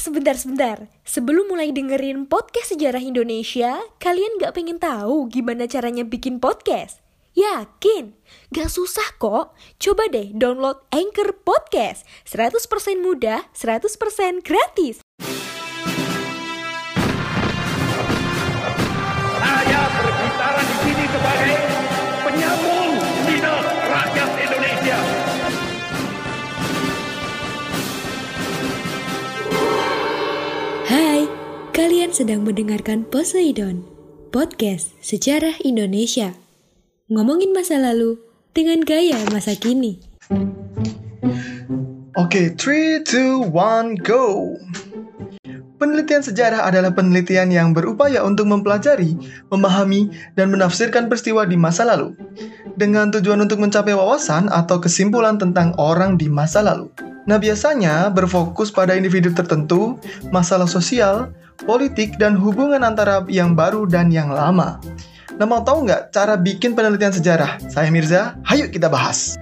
Sebentar. Sebelum mulai dengerin podcast sejarah Indonesia, kalian gak pengen tahu gimana caranya bikin podcast? Yakin? Gak susah kok. Coba deh download Anchor Podcast. 100% mudah, 100% gratis. Saya berbicara di sini sebagai penyambung lidah rakyat Indonesia. Hai, kalian sedang mendengarkan Poseidon, podcast sejarah Indonesia. Ngomongin masa lalu dengan gaya masa kini. Oke, 3, 2, 1, go! Penelitian sejarah adalah penelitian yang berupaya untuk mempelajari, memahami, dan menafsirkan peristiwa di masa lalu, dengan tujuan untuk mencapai wawasan atau kesimpulan tentang orang di masa lalu. Nah, biasanya berfokus pada individu tertentu, masalah sosial, politik, dan hubungan antara yang baru dan yang lama. Nah, mau tahu nggak cara bikin penelitian sejarah? Saya Mirza, hayu kita bahas!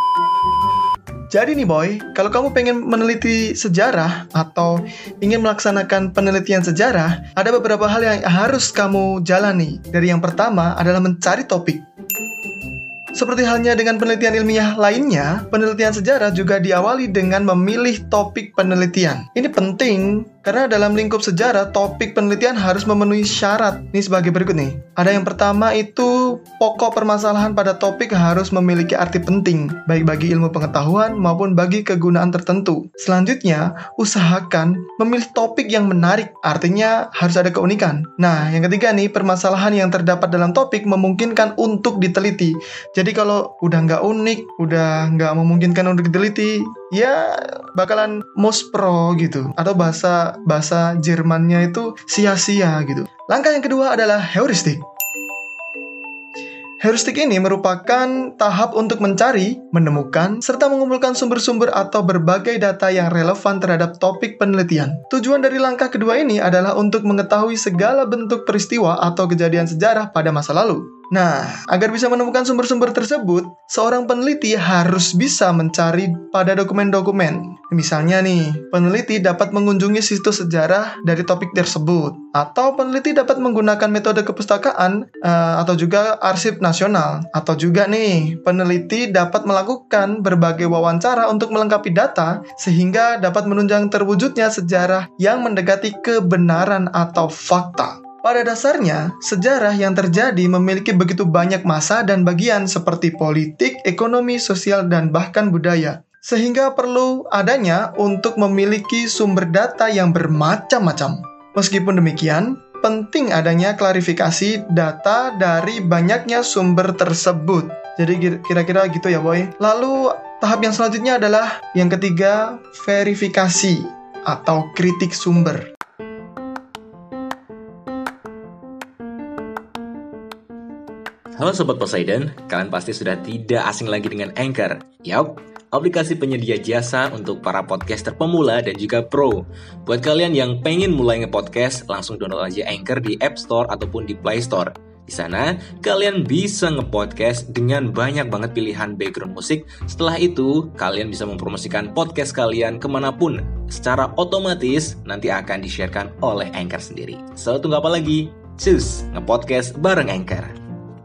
Jadi nih boy, kalau kamu pengen meneliti sejarah atau ingin melaksanakan penelitian sejarah, ada beberapa hal yang harus kamu jalani. Dari yang pertama adalah mencari topik. Seperti halnya dengan penelitian ilmiah lainnya, penelitian sejarah juga diawali dengan memilih topik penelitian. Ini penting karena dalam lingkup sejarah, topik penelitian harus memenuhi syarat. Ini sebagai berikut nih. Ada yang pertama itu, pokok permasalahan pada topik harus memiliki arti penting, baik bagi ilmu pengetahuan maupun bagi kegunaan tertentu. Selanjutnya, usahakan memilih topik yang menarik, artinya harus ada keunikan. Nah, yang ketiga nih, permasalahan yang terdapat dalam topik memungkinkan untuk diteliti. Jadi kalau udah nggak unik, udah nggak memungkinkan untuk diteliti, ya bakalan mospro gitu. Atau bahasa Jermannya itu sia-sia gitu. Langkah yang kedua adalah heuristik. Heuristik ini merupakan tahap untuk mencari, menemukan, serta mengumpulkan sumber-sumber atau berbagai data yang relevan terhadap topik penelitian. Tujuan dari langkah kedua ini adalah untuk mengetahui segala bentuk peristiwa atau kejadian sejarah pada masa lalu. Nah, agar bisa menemukan sumber-sumber tersebut, seorang peneliti harus bisa mencari pada dokumen-dokumen. Misalnya nih, peneliti dapat mengunjungi situs sejarah dari topik tersebut. Atau peneliti dapat menggunakan metode kepustakaan atau juga arsip nasional. Atau juga nih, peneliti dapat melakukan berbagai wawancara untuk melengkapi data sehingga dapat menunjang terwujudnya sejarah yang mendekati kebenaran atau fakta. Pada dasarnya, sejarah yang terjadi memiliki begitu banyak masa dan bagian seperti politik, ekonomi, sosial, dan bahkan budaya. Sehingga perlu adanya untuk memiliki sumber data yang bermacam-macam. Meskipun demikian, penting adanya klarifikasi data dari banyaknya sumber tersebut. Jadi kira-kira gitu ya boy. Lalu tahap yang selanjutnya adalah yang ketiga, verifikasi atau kritik sumber. Halo Sobat Poseidon, kalian pasti sudah tidak asing lagi dengan Anchor. Yap, aplikasi penyedia jasa untuk para podcaster pemula dan juga pro. Buat kalian yang pengen mulai nge-podcast, langsung download aja Anchor di App Store ataupun di Play Store. Di sana, kalian bisa nge-podcast dengan banyak banget pilihan background musik. Setelah itu, kalian bisa mempromosikan podcast kalian kemanapun. Secara otomatis, nanti akan di-sharekan oleh Anchor sendiri. So, tunggu apa lagi? Cus, nge-podcast bareng Anchor.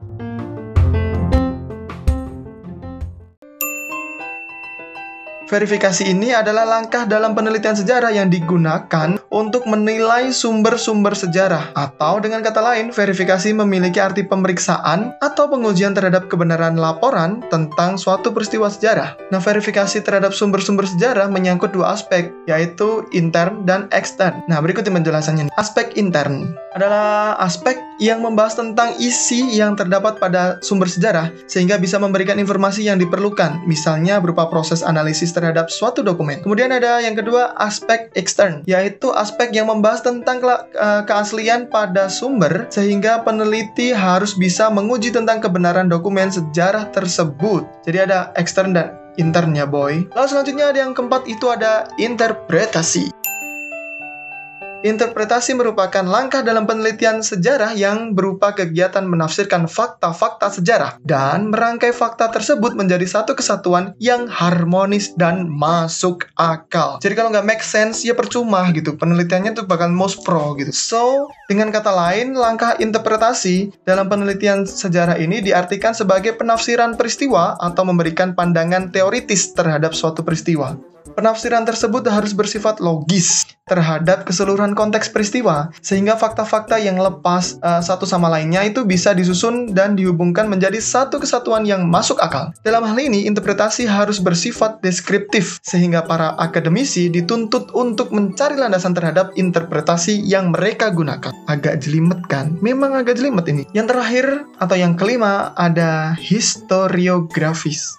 Verifikasi ini adalah langkah dalam penelitian sejarah yang digunakan untuk menilai sumber-sumber sejarah. Atau dengan kata lain, verifikasi memiliki arti pemeriksaan atau pengujian terhadap kebenaran laporan tentang suatu peristiwa sejarah. Nah, verifikasi terhadap sumber-sumber sejarah menyangkut dua aspek, yaitu intern dan ekstern. Nah, berikut penjelasannya. Aspek intern adalah aspek yang membahas tentang isi yang terdapat pada sumber sejarah, sehingga bisa memberikan informasi yang diperlukan, misalnya berupa proses analisis terhadap suatu dokumen. Kemudian ada yang kedua, aspek ekstern, yaitu aspek yang membahas tentang keaslian pada sumber, sehingga peneliti harus bisa menguji tentang kebenaran dokumen sejarah tersebut. Jadi ada ekstern dan intern ya boy. Lalu selanjutnya ada yang keempat, itu ada interpretasi. Interpretasi merupakan langkah dalam penelitian sejarah yang berupa kegiatan menafsirkan fakta-fakta sejarah dan merangkai fakta tersebut menjadi satu kesatuan yang harmonis dan masuk akal. Jadi kalau nggak make sense, ya percuma gitu. Penelitiannya tuh bakal most pro gitu. So, dengan kata lain, langkah interpretasi dalam penelitian sejarah ini diartikan sebagai penafsiran peristiwa atau memberikan pandangan teoritis terhadap suatu peristiwa. Penafsiran tersebut harus bersifat logis terhadap keseluruhan konteks peristiwa, sehingga fakta-fakta yang lepas satu sama lainnya itu bisa disusun dan dihubungkan menjadi satu kesatuan yang masuk akal. Dalam hal ini, interpretasi harus bersifat deskriptif, sehingga para akademisi dituntut untuk mencari landasan terhadap interpretasi yang mereka gunakan. Agak jelimet kan? Memang agak jelimet ini. Yang terakhir, atau yang kelima, ada historiografis.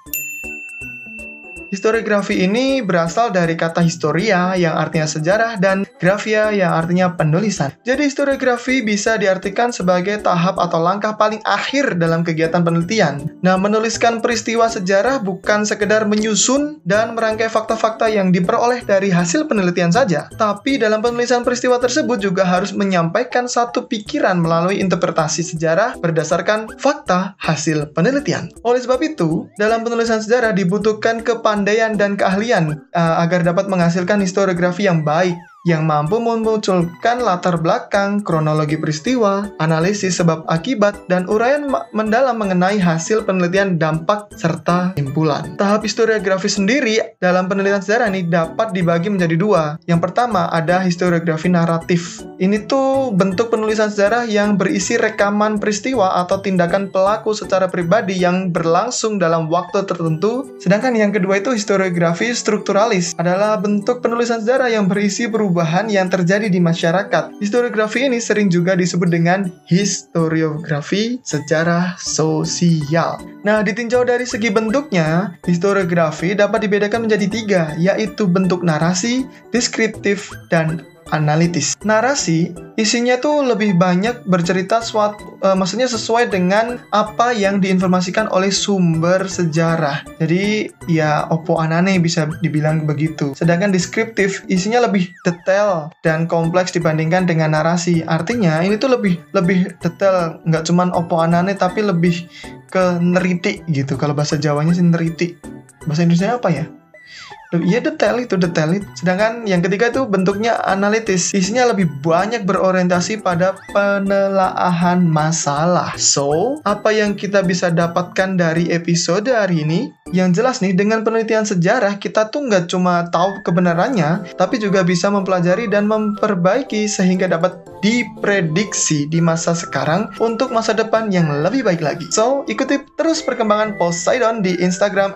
Historiografi ini berasal dari kata historia yang artinya sejarah dan grafia yang artinya penulisan. Jadi historiografi bisa diartikan sebagai tahap atau langkah paling akhir dalam kegiatan penelitian. Nah, menuliskan peristiwa sejarah bukan sekedar menyusun dan merangkai fakta-fakta yang diperoleh dari hasil penelitian saja, tapi dalam penulisan peristiwa tersebut juga harus menyampaikan satu pikiran melalui interpretasi sejarah berdasarkan fakta hasil penelitian. Oleh sebab itu, dalam penulisan sejarah dibutuhkan kepandaian dan keahlian agar dapat menghasilkan historiografi yang baik, yang mampu memunculkan latar belakang, kronologi peristiwa, analisis sebab akibat, dan uraian mendalam mengenai hasil penelitian, dampak, serta kesimpulan. Tahap historiografi sendiri dalam penelitian sejarah ini dapat dibagi menjadi dua. Yang pertama ada historiografi naratif. Ini tuh bentuk penulisan sejarah yang berisi rekaman peristiwa atau tindakan pelaku secara pribadi yang berlangsung dalam waktu tertentu. Sedangkan yang kedua itu historiografi strukturalis, adalah bentuk penulisan sejarah yang berisi perubahan yang terjadi di masyarakat. Historiografi ini sering juga disebut dengan historiografi sejarah sosial. Nah, ditinjau dari segi bentuknya, historiografi dapat dibedakan menjadi tiga, yaitu bentuk narasi, deskriptif, dan analitis. Narasi isinya tuh lebih banyak bercerita maksudnya sesuai dengan apa yang diinformasikan oleh sumber sejarah. Jadi ya opo anane bisa dibilang begitu. Sedangkan deskriptif isinya lebih detail dan kompleks dibandingkan dengan narasi. Artinya ini tuh lebih detail, nggak cuman opo anane tapi lebih ke neriti gitu. Kalau bahasa Jawanya sih neriti. Bahasa Indonesia apa ya? Iya, detail itu. Sedangkan yang ketiga itu bentuknya analitis. Isinya lebih banyak berorientasi pada penelaahan masalah. So, apa yang kita bisa dapatkan dari episode hari ini? Yang jelas nih, dengan penelitian sejarah, kita tuh nggak cuma tahu kebenarannya, tapi juga bisa mempelajari dan memperbaiki sehingga dapat diprediksi di masa sekarang untuk masa depan yang lebih baik lagi. So, ikuti terus perkembangan Poseidon di Instagram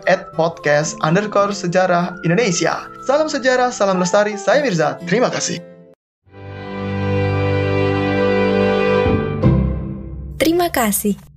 @podcast_sejarah Indonesia. Salam sejarah, salam lestari, saya Mirza. Terima kasih. Terima kasih.